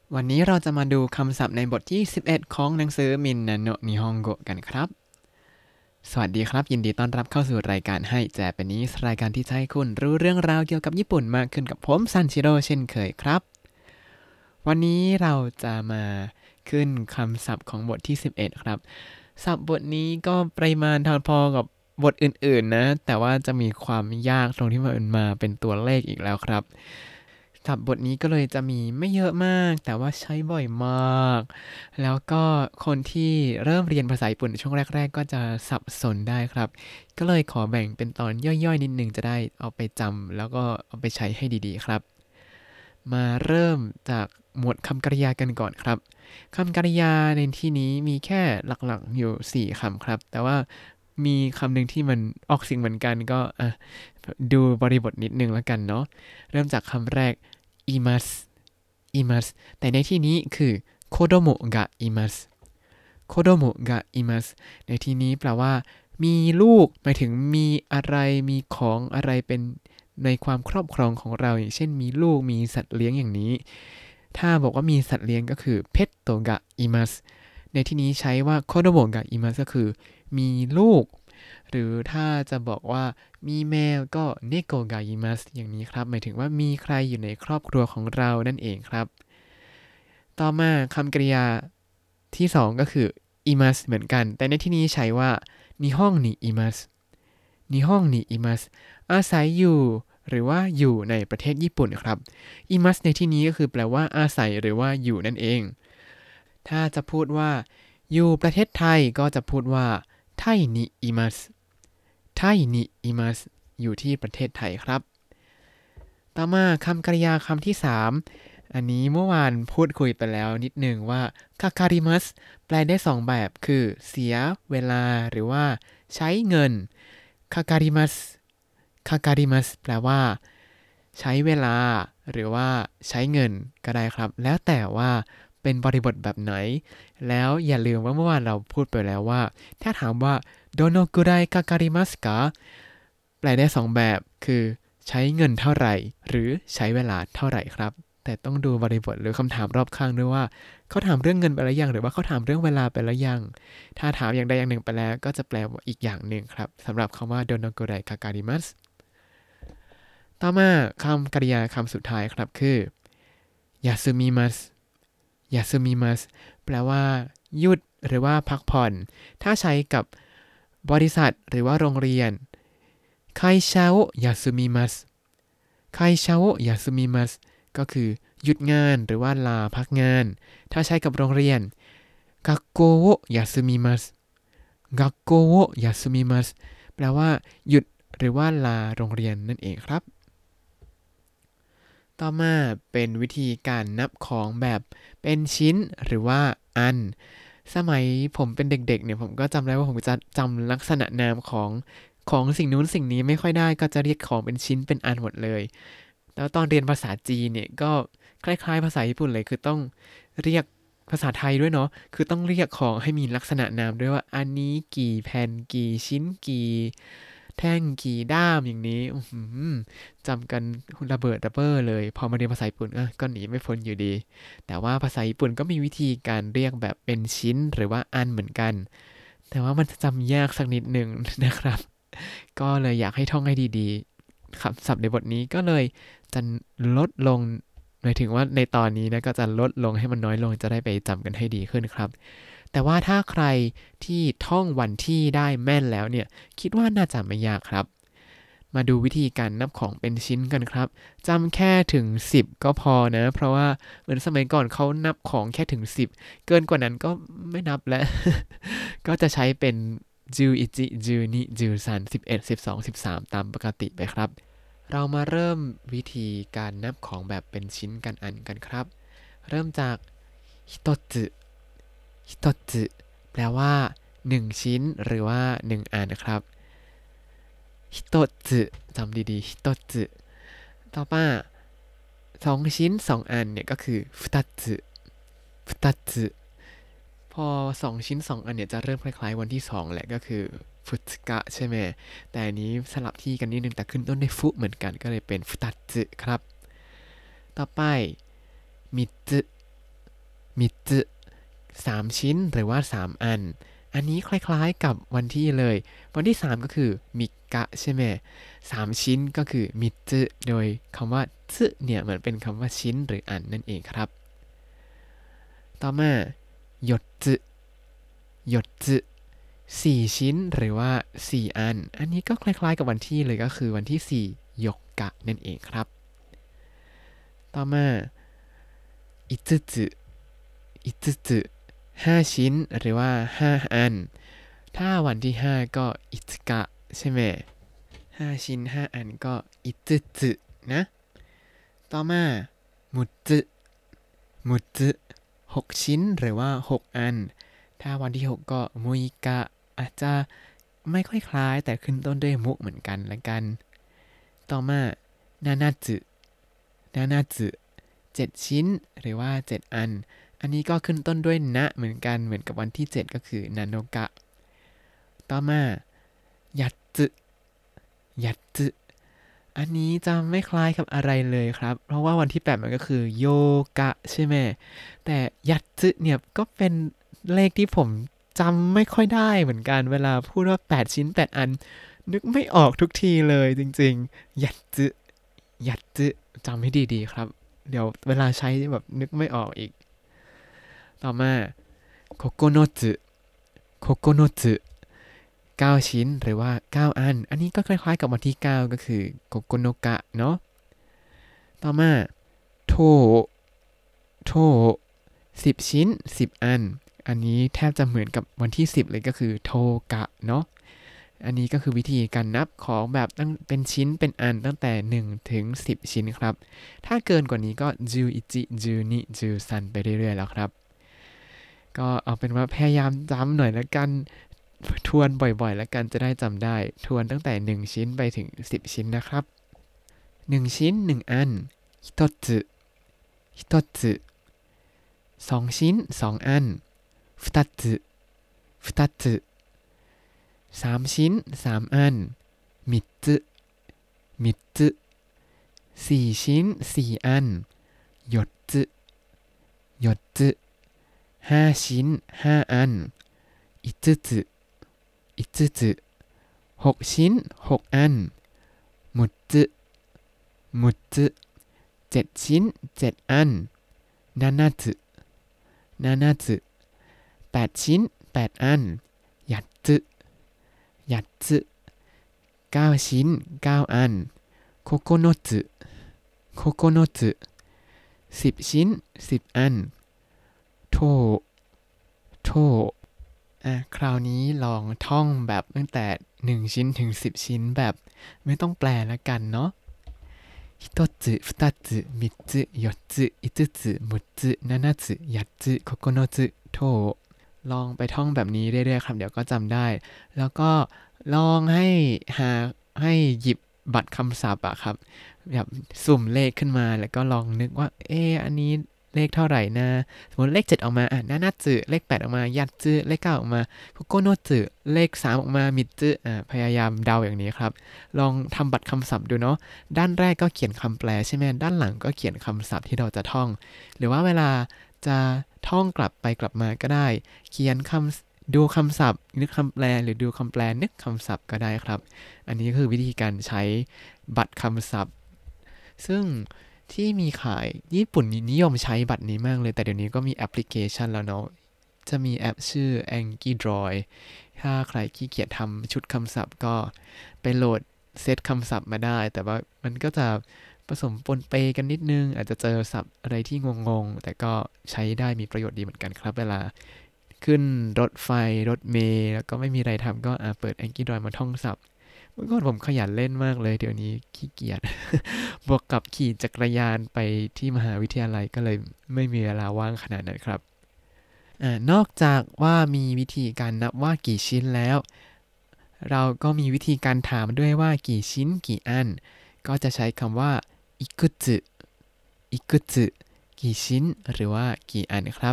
วันนี้เราจะมาดูคำศัพท์ในบทที่11ของหนังสือมินนาโนะนิฮงโกะกันครับสวัสดีครับยินดีต้อนรับเข้าสู่รายการให้แจแปนิสรายการที่จะให้คุณรู้เรื่องราวเกี่ยวกับญี่ปุ่นมากขึ้นกับผมซันชิโร่เช่นเคยครับวันนี้เราจะมาขึ้นคำศัพท์ของบทที่11ครับศัพท์บทนี้ก็ปริมาณพอๆกับบทอื่นๆนะแต่ว่าจะมีความยากตรงที่มันมาเป็นตัวเลขอีกแล้วครับ ศัพท์บทนี้ก็เลยจะมีไม่เยอะมากแต่ว่าใช้บ่อยมากแล้วก็คนที่เริ่มเรียนภาษาญี่ปุ่นช่วงแรกๆก็จะสับสนได้ครับก็เลยขอแบ่งเป็นตอนย่อยๆนิดนึงจะได้เอาไปจำแล้วก็เอาไปใช้ให้ดีๆครับมาเริ่มจากหมวดคำกริยากันก่อนครับคำกริยาในที่นี้มีแค่หลักๆอยู่4คำครับแต่ว่ามีคำหนึ่งที่มันออกเสียงเหมือนกันก็ดูบริบทนิดนึงแล้วกันเนาะเริ่มจากคำแรก いますいますแต่ในที่นี้คือ子供がいます子供がいますในที่นี้แปลว่ามีลูกหมายถึงมีอะไรมีของอะไรเป็นในความครอบครองของเราอย่างเช่นมีลูกมีสัตว์เลี้ยงอย่างนี้ถ้าบอกว่ามีสัตว์เลี้ยงก็คือเพตโตกะอิมัสในที่นี้ใช้ว่าโคโดโมกะอิมัสก็คือมีลูกหรือถ้าจะบอกว่ามีแมวก็เนโกกะอิมัสอย่างนี้ครับหมายถึงว่ามีใครอยู่ในครอบครัวของเรานั่นเองครับต่อมาคำกริยาที่สองก็คืออิมัสเหมือนกันแต่ในที่นี้ใช้ว่านิฮงนิอิมัสนิฮงนิอิมัสอาศัยอยู่หรือว่าอยู่ในประเทศญี่ปุ่นครับอิมัสในที่นี้ก็คือแปลว่าอาศัยหรือว่าอยู่นั่นเองถ้าจะพูดว่าอยู่ประเทศไทยก็จะพูดว่าไทนิอิมัสไทนิอิมัสอยู่ที่ประเทศไทยครับต่อมาคำกริยาคำที่3อันนี้เมื่อวานพูดคุยไปแล้วนิดหนึ่งว่าคาคาริมัสแปลได้2แบบคือเสียเวลาหรือว่าใช้เงินคาคาริมัสคาคาริมัสแปลว่าใช้เวลาหรือว่าใช้เงินก็ได้ครับแล้วแต่ว่าเป็นบริบทแบบไหนแล้วอย่าลืมว่าเมื่อวานเราพูดไปแล้วว่าถ้าถามว่าโดโนกุไรคาคาริมัสกะแปลได้2แบบคือใช้เงินเท่าไหร่หรือใช้เวลาเท่าไหร่ครับแต่ต้องดูบริบทหรือคำถามรอบข้างด้วยว่าเขาถามเรื่องเงินไปแล้วยังหรือว่าเขาถามเรื่องเวลาไปแล้วยังถ้าถามอย่างใดอย่างหนึ่งไปแล้วก็จะแปลว่าอีกอย่างหนึ่งครับสำหรับคำว่าโดโนกุไรคาคาริมัสต่อมาคำกริยาคำสุดท้ายครับคือยาซึมิมัสยาซึมิมัสแปลว่าหยุดหรือว่าพักผ่อนถ้าใช้กับบริษัทหรือว่าโรงเรียนไคชาโอยาซึมิมัสไคชาโอยาซึมิมัสก็คือหยุดงานหรือว่าลาพักงานถ้าใช้กับโรงเรียน学校を休みます学校を休みますแปลว่าหยุดหรือว่าลาโรงเรียนนั่นเองครับต่อมาเป็นวิธีการนับของแบบเป็นชิ้นหรือว่าอันสมัยผมเป็นเด็กๆเนี่ยผมก็จำได้ว่าผมจะจำลักษณะนามของสิ่งนู้นสิ่งนี้ไม่ค่อยได้ก็จะเรียกของเป็นชิ้นเป็นอันหมดเลยแล้วตอนเรียนภาษาจีนเนี่ยก็คล้ายๆภาษาญี่ปุ่นเลยคือต้องเรียกภาษาไทยด้วยเนาะคือต้องเรียกของให้มีลักษณะนามด้วยว่าอันนี้กี่แผ่นกี่ชิ้นกี่แท่งกี่ด้ามอย่างนี้จำกันระเบิดระเบ้อเลยพอมาเรียนภาษาญี่ปุ่นก็หนีไม่พ้นอยู่ดีแต่ว่าภาษาญี่ปุ่นก็มีวิธีการเรียกแบบเป็นชิ้นหรือว่าอันเหมือนกันแต่ว่ามันจะจำยากสักนิดหนึ่งนะครับก็เลยอยากให้ท่องให้ดีๆคำศัพท์ในบทนี้ก็เลยจะลดลงหมายถึงว่าในตอนนี้นะก็จะลดลงให้มันน้อยลงจะได้ไปจำกันให้ดีขึ้นครับแต่ว่าถ้าใครที่ท่องวันที่ได้แม่นแล้วเนี่ยคิดว่าน่าจะไม่ยากครับมาดูวิธีการนับของเป็นชิ้นกันครับจำแค่ถึง10ก็พอนะเพราะว่าเหมือนสมัยก่อนเขานับของแค่ถึง10เกินกว่านั้นก็ไม่นับแล้วก็จะใช้เป็น11 12 13 11 12 13ตามปกติไปครับเรามาเริ่มวิธีการนับของแบบเป็นชิ้นกันอันกันครับเริ่มจากฮิโตสึฮิโตสึแปลว่า1ชิ้นหรือว่า1อันนะครับฮิโตสึจำดีๆฮิโตสึต่อมา2ชิ้น2อันเนี่ยก็คือฟุตัสึฟุตัสึพอ2ชิ้น2อันเนี่ยจะเริ่มคล้ายๆวันที่2แหละก็คือฟุตสึกะใช่ไหมแต่อันนี้สลับที่กันนิดนึงแต่ขึ้นต้นด้วยฟุเหมือนกันก็เลยเป็นฟุตัสึครับต่อไปมิตสึมิจึ3ชิ้นหรือว่า3อันอันนี้คล้ายๆกับวันที่เลยวันที่3ก็คือมิกะใช่ไหม3ชิ้นก็คือมิจึโดยคำว่าจึเนี่ยเหมือนเป็นคำว่าชิ้นหรืออันนั่นเองครับต่อมาหยดจึหยดจึ4ชิ้นหรือว่า4อันอันนี้ก็คล้ายๆกับวันที่เลยก็คือวันที่4ยกกะนั่นเองครับต่อมาอิจึจึอิจึจึ5ชิ้นหรือว่า5อันถ้าวันที่5ก็อิจึกะใช่ไหม5ชิ้น5อันก็อิจึจึนะต่อมามุจึมุจึ6ชิ้นหรือว่า6อันถ้าวันที่6ก็มุยกะอาจจะไม่ค่อยคล้ายแต่ขึ้นต้นด้วยมุเหมือนกันละกันต่อมานานาจึนานาจึ7ชิ้นหรือว่า7อันอันนี้ก็ขึ้นต้นด้วยนะเหมือนกันเหมือนกับวันที่7ก็คือนาโนกะต่อมายัตจึยัตจึอันนี้จะไม่คล้ายกับอะไรเลยครับเพราะว่าวันที่8มันก็คือโยกะใช่ไหมแต่ยัตจึเนี่ยก็เป็นเลขที่ผมจำไม่ค่อยได้เหมือนกันเวลาพูดว่า8ชิ้น8อันนึกไม่ออกทุกทีเลยจริงๆยัตจึยัตจึจำให้ดีๆครับเดี๋ยวเวลาใช้แบบนึกไม่ออกอีกต่อมาโคโกโนจึโคโกโนจึ9ชิ้นหรือว่า9อันอันนี้ก็คล้ายๆกับวันที่9ก็คือโกโกโนกะเนาะต่อมาโทโท10ชิ้น10อันอันนี้แทบจะเหมือนกับวันที่10เลยก็คือโทกะเนาะอันนี้ก็คือวิธีการนับของแบบตั้งเป็นชิ้นเป็นอันตั้งแต่1ถึง10ชิ้นครับถ้าเกินกว่านี้ก็11 12 13ไปเรื่อยๆแล้วครับก็เอาเป็นว่าพยายามจำหน่อยแล้วกันทวนบ่อยๆแล้วกันจะได้จำได้ทวนตั้งแต่1ชิ้นไปถึง10ชิ้นนะครับ1ชิ้น1อันฮิโตจึฮิโตจึ2ชิ้น2อันฟุตัจึฟุตัจึ3ชิ้น3อันมิจึมิจึ4ชิ้น4อันหยดจึหยดจึ5ชิ้น5อันอิจึจึอิจึจึ6ชิ้น6อันมุจึมุจึ7ชิ้น7อันนานาจึนานาจึ8ชิ้น8อันยัตจึยัตจึ9ชิ้น9อันโคโกโนจึโคโกโนจึ10ชิ้น10อันโทโทคราวนี้ลองท่องแบบตั้งแต่1ชิ้นถึง10ชิ้นแบบไม่ต้องแปลแล้วกันเนาะ1つ2つ3つ4つ5つ6つ7つ8つ9つโทลองไปท่องแบบนี้เรื่อยๆครับเดี๋ยวก็จำได้แล้วก็ลองให้หยิบบัตรคำศัพท์อะครับแบบสุ่มเลขขึ้นมาแล้วก็ลองนึกว่าอันนี้เลขเท่าไหร่นะสมมติเลข7ออกมานานาจึเลข8ออกมายัตจึเลข9ออกมาโคโกโนจึเลข3ออกมามิจึพยายามเดาอย่างนี้ครับลองทำบัตรคำศัพท์ดูเนาะด้านแรกก็เขียนคำแปลใช่ไหมด้านหลังก็เขียนคำศัพท์ที่เราจะท่องหรือว่าเวลาจะท่องกลับไปกลับมาก็ได้เขียนดูคำศัพท์นึกคำแปลหรือดูคำแปลนึกคำศัพท์ก็ได้ครับอันนี้คือวิธีการใช้บัตรคำศัพท์ซึ่งที่มีขายญี่ปุ่นนิยมใช้บัตรนี้มากเลยแต่เดี๋ยวนี้ก็มีแอปพลิเคชันแล้วเนาะจะมีแอปชื่อ Anki Droid ถ้าใครขี้เกียจทำชุดคำศัพท์ก็ไปโหลดเซตคำศัพท์มาได้แต่ว่ามันก็จะผสมปนเปกันนิดนึงอาจจะเจอศัพท์อะไรที่งงๆแต่ก็ใช้ได้มีประโยชน์ดีเหมือนกันครับเวลาขึ้นรถไฟรถเมล์แล้วก็ไม่มีอะไรทำก็เปิด Anki Droid มาท่องศัพท์เมื่อก่อนผมขยันเล่นมากเลยเดี๋ยวนี้ขี้เกียจ บวกกับขี่จักรยานไปที่มหาวิทยาลัยก็เลยไม่มีเวลาว่างขนาดนั้นครับนอกจากว่ามีวิธีการนับว่ากี่ชิ้นแล้วเราก็มีวิธีการถามด้วยว่ากี่ชิ้นกี่อันก็จะใช้คำว่าอิกุจึอิกุจึกี่ชิ้นหรือว่ากี่อันครับ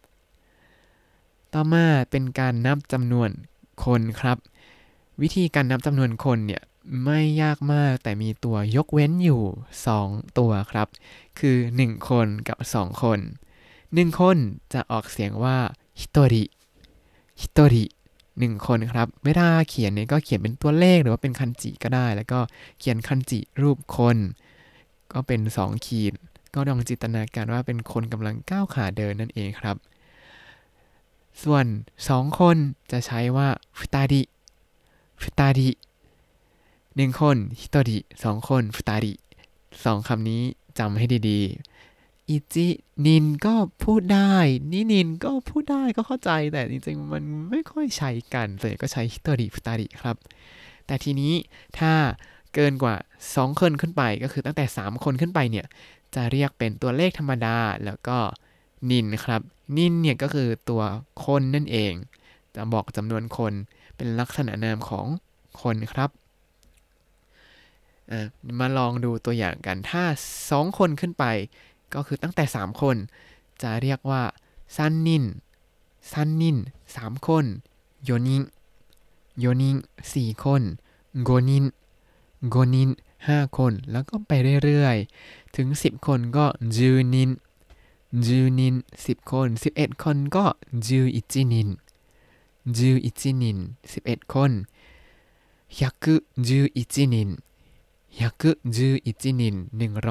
ต่อมาเป็นการนับจำนวนคนครับวิธีการนับจำนวนคนเนี่ยไม่ยากมากแต่มีตัวยกเว้นอยู่2ตัวครับคือ1คนกับ2คน 1คนจะออกเสียงว่าฮิโตริฮิโตริ1คนครับเวลาเขียนเนี่ยก็เขียนเป็นตัวเลขหรือว่าเป็นคันจิก็ได้แล้วก็เขียนคันจิรูปคนก็เป็น2ขีดก็ลองจินตนาการว่าเป็นคนกำลังก้าวขาเดินนั่นเองครับส่วน2คนจะใช้ว่าฟุตาริฟุตาริ1คนฮิโตริ2คนฟุตาริ2คำนี้จำให้ดีๆอิจินินก็พูดได้นินก็พูดได้ก็เข้าใจแต่จริงๆมันไม่ค่อยใช้กันส่วนใหญ่ก็ใช้ฮิโตริฟุตาริครับแต่ทีนี้ถ้าเกินกว่า2คนขึ้นไปก็คือตั้งแต่3คนขึ้นไปเนี่ยจะเรียกเป็นตัวเลขธรรมดาแล้วก็นินครับนินเนี่ยก็คือตัวคนนั่นเองจะบอกจำนวนคนเป็นลักษณะนามของคนครับมาลองดูตัวอย่างกันถ้า2คนขึ้นไปก็คือตั้งแต่3คนจะเรียกว่าซันนินซันนิน3คนโยนินโยนิน4คนโกนินโกนิน5คนแล้วก็ไปเรื่อยๆถึง10คนก็จูนินจูนิน10คน11คนก็จูอิจินินจูอิจินิน11คน111นิน111นิน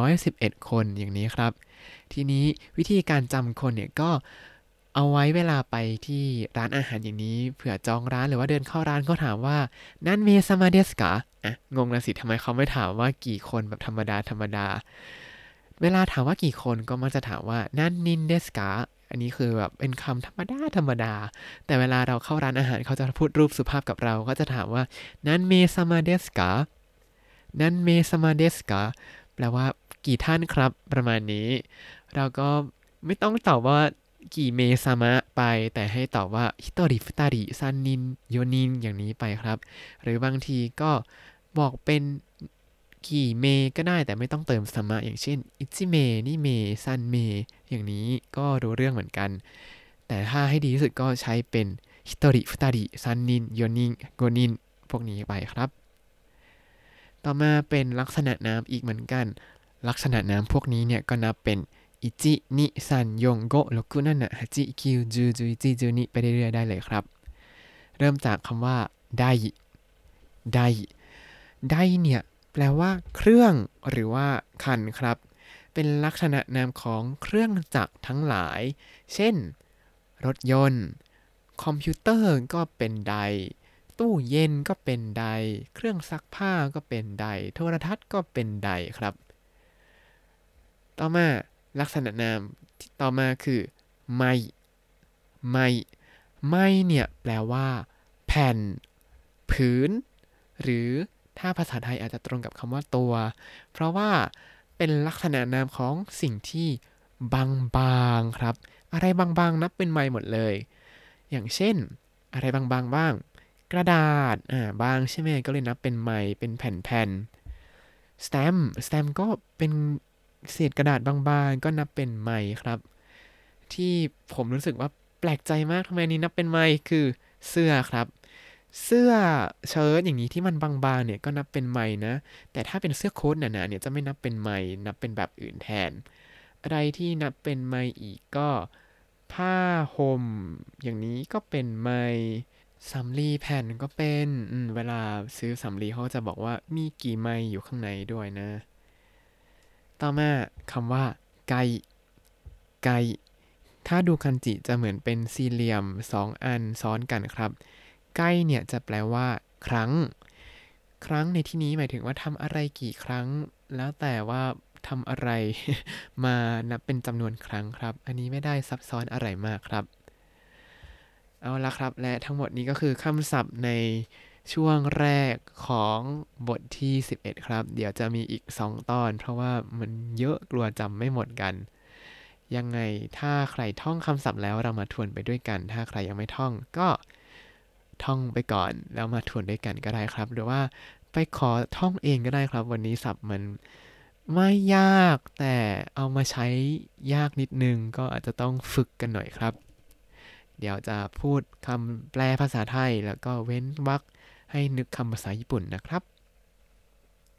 111คนอย่างนี้ครับทีนี้วิธีการจำคนเนี่ยก็เอาไว้เวลาไปที่ร้านอาหารอย่างนี้เผื่อจองร้านหรือว่าเดินเข้าร้านเขาถามว่านั่นเมซามาเดสกะงงนะสิทำไมเขาไม่ถามว่ากี่คนแบบธรรมดาธรรมดาเวลาถามว่ากี่คนก็มักจะถามว่านั่นนินเดสกะอันนี้คือแบบเป็นคำธรรมดาธรรมดาแต่เวลาเราเข้าร้านอาหารเขาจะพูดรูปสุภาพกับเราก็จะถามว่านั่นเมซามาเดสกะ นั่นเมซามาเดสกะแปลว่ากี่ท่านครับประมาณนี้เราก็ไม่ต้องตอบว่ากี่เมซามะไปแต่ให้ตอบว่าฮิโตริฟุตาริซันนินโยนินอย่างนี้ไปครับหรือบางทีก็บอกเป็นกี่เมก็ได้แต่ไม่ต้องเติมสมะอย่างเช่นอิจิเมนี่เมซันเมอย่างนี้ก็รู้เรื่องเหมือนกันแต่ถ้าให้ดีที่สุดก็ใช้เป็นฮิโตริฟุตาริซันนินโยนินโกนินพวกนี้ไปครับต่อมาเป็นลักษณะนามอีกเหมือนกันลักษณะนามพวกนี้เนี่ยก็นับเป็น1 2 3 4 5 6 7 8 9 10 11 12ไปเรื่อยๆได้เลยครับเริ่มจากคำว่าไดไดไดเนี่ยแปลว่าเครื่องหรือว่าคันครับเป็นลักษณะนามของเครื่องจักรทั้งหลายเช่นรถยนต์คอมพิวเตอร์ก็เป็นไดตู้เย็นก็เป็นไดเครื่องซักผ้าก็เป็นไดโทรทัศน์ก็เป็นไดครับต่อมาลักษณะนามต่อมาคือไมไมไมเนี่ยแปลว่าแผ่นผืนหรือถ้าภาษาไทยอาจจะตรงกับคำว่าตัวเพราะว่าเป็นลักษณะนามของสิ่งที่บางๆครับอะไรบางๆนับเป็นไมหมดเลยอย่างเช่นอะไรบางๆบ้างกระดาษบางใช่ไหมก็เลยนับเป็นไมเป็นแผ่นๆสแตมป์ก็เป็นเศษกระดาษบางๆก็นับเป็นไมครับที่ผมรู้สึกว่าแปลกใจมากทำไมนี้นับเป็นไมคือเสื้อครับเสื้อเชิ้ตอย่างนี้ที่มันบางๆเนี่ยก็นับเป็นไมนะแต่ถ้าเป็นเสื้อโค้ทหนาๆเนี่ยจะไม่นับเป็นไมนับเป็นแบบอื่นแทนอะไรที่นับเป็นไมอีกก็ผ้าห่มอย่างนี้ก็เป็นไม สำลีแผ่นก็เป็นเวลาซื้อสำลีเขาจะบอกว่ามีกี่ไมล์อยู่ข้างในด้วยนะต่อมาคำว่าไกไกถ้าดูคันจิจะเหมือนเป็นสี่เหลี่ยม2อันซ้อนกันครับไกเนี่ยจะแปลว่าครั้งครั้งในที่นี้หมายถึงว่าทำอะไรกี่ครั้งแล้วแต่ว่าทำอะไรมานับเป็นจำนวนครั้งครับอันนี้ไม่ได้ซับซ้อนอะไรมากครับ เอาละครับและทั้งหมดนี้ก็คือคำศัพท์ในช่วงแรกของบทที่11ครับเดี๋ยวจะมีอีก2ตอนเพราะว่ามันเยอะกลัวจำไม่หมดกันยังไงถ้าใครท่องคำศัพท์แล้วเรามาทวนไปด้วยกันถ้าใครยังไม่ท่องก็ท่องไปก่อนแล้วมาทวนด้วยกันก็ได้ครับหรือว่าไปขอท่องเองก็ได้ครับวันนี้ศัพท์มันไม่ยากแต่เอามาใช้ยากนิดนึงก็อาจจะต้องฝึกกันหน่อยครับ เดี๋ยวจะพูดคำแปลภาษาไทยแล้วก็เว้นวรรคให้นึกคำภาษาญี่ปุ่นนะครับ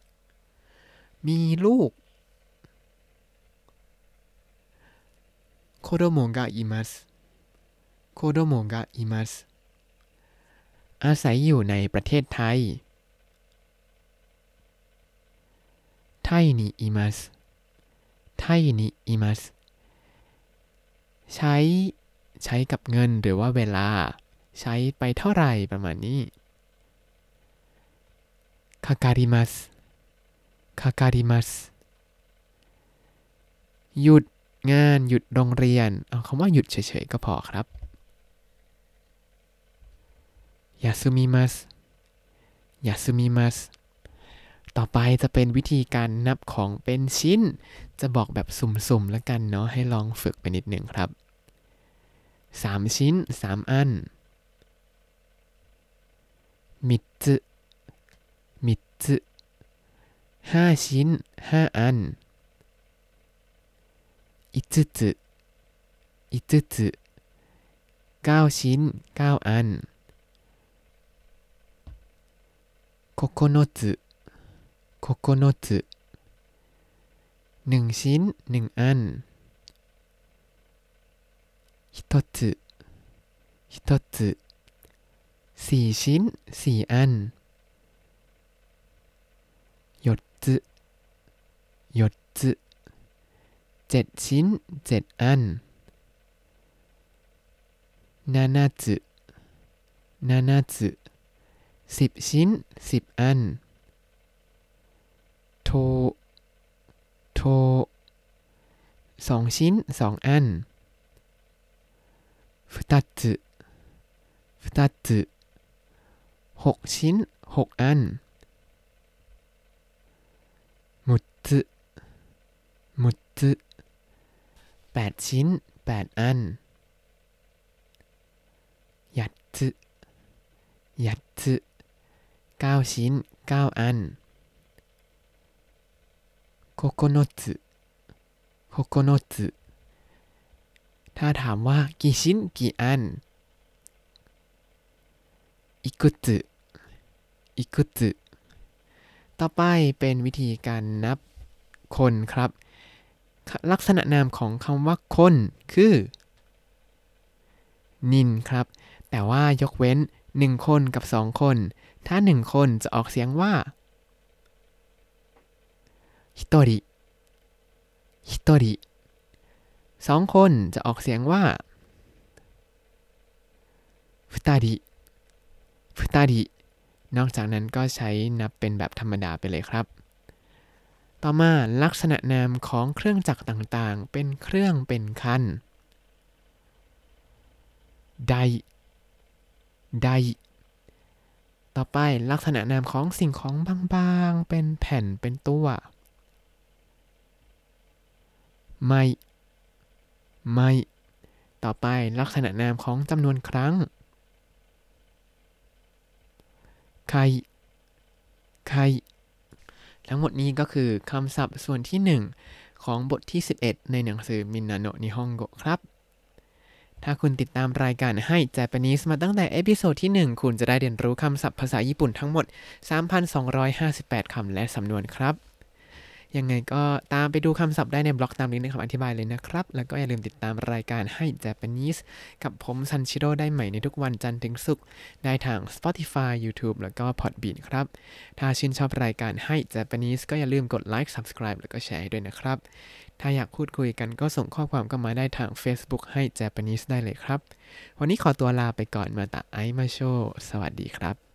มีลูก子供がいます子供がいますอาศัยอยู่ในประเทศไทยไทยにいますไทยにいますใช้กับเงินหรือว่าเวลาใช้ไปเท่าไหร่ประมาณนี้かかりますかかりますหยุดงานหยุดโรงเรียนเอาคำว่าหยุดเฉยๆก็พอครับ休みます休みますต่อไปจะเป็นวิธีการนับของเป็นชิ้นจะบอกแบบสุ่มๆแล้วกันเนาะให้ลองฝึกไปนิดหนึ่งครับ3ชิ้น3อัน3つ3つ5ชิ้น5อัน5つ5つ9ชิ้น9อัน9つ9つ1ชิ้น1อัน1つ1つ4ชิ้น4อัน4つ4つ7ชิ้น7อัน7つ7つ10ชิ้น10อันโท2ชิ้น2อัน2つ2つ6ชิ้น6อัน6つ6つ8ชิ้น8อัน8つ8つ9ชิ้น9อัน9つ9つถ้าถามว่ากี่ชิ้นกี่อันいくついくつต่อไปเป็นวิธีการนับคนครับลักษณะนามของคำว่าคนคือนินครับแต่ว่ายกเว้น1คนกับ2คนถ้า1คนจะออกเสียงว่า1人1人2คนจะออกเสียงว่า2人2人นอกจากนั้นก็ใช้นับเป็นแบบธรรมดาไปเลยครับต่อมาลักษณะนามของเครื่องจักรต่างๆเป็นเครื่องเป็นคันไดไดต่อไปลักษณะนามของสิ่งของบางๆเป็นแผ่นเป็นตัวไม่ต่อไปลักษณะนามของจำนวนครั้งไคทั้งหมดนี้ก็คือคำศัพท์ส่วนที่1ของบทที่11ในหนังสือมินนาโนะนิฮงโกะครับถ้าคุณติดตามรายการให้ Japanese มาตั้งแต่เอพิโซดที่1คุณจะได้เรียนรู้คำศัพท์ภาษาญี่ปุ่นทั้งหมด 3,258 คำและสำนวนครับยังไงก็ตามไปดูคำศัพท์ได้ในบล็อกตามลิงก์ในคำอธิบายเลยนะครับแล้วก็อย่าลืมติดตามรายการให้ Japanese กับผมซันชิโร่ได้ใหม่ในทุกวันจันทร์ถึงศุกร์ได้ทาง Spotify YouTube แล้วก็ Podbean ครับถ้าชื่นชอบรายการให้ Japanese ก็อย่าลืมกดไลค์ Subscribe แล้วก็แชร์ให้ด้วยนะครับถ้าอยากพูดคุยกันก็ส่งข้อความเข้ามาได้ทาง Facebook ให้ Japanese ได้เลยครับวันนี้ขอตัวลาไปก่อนมาตะไอมาโชสวัสดีครับ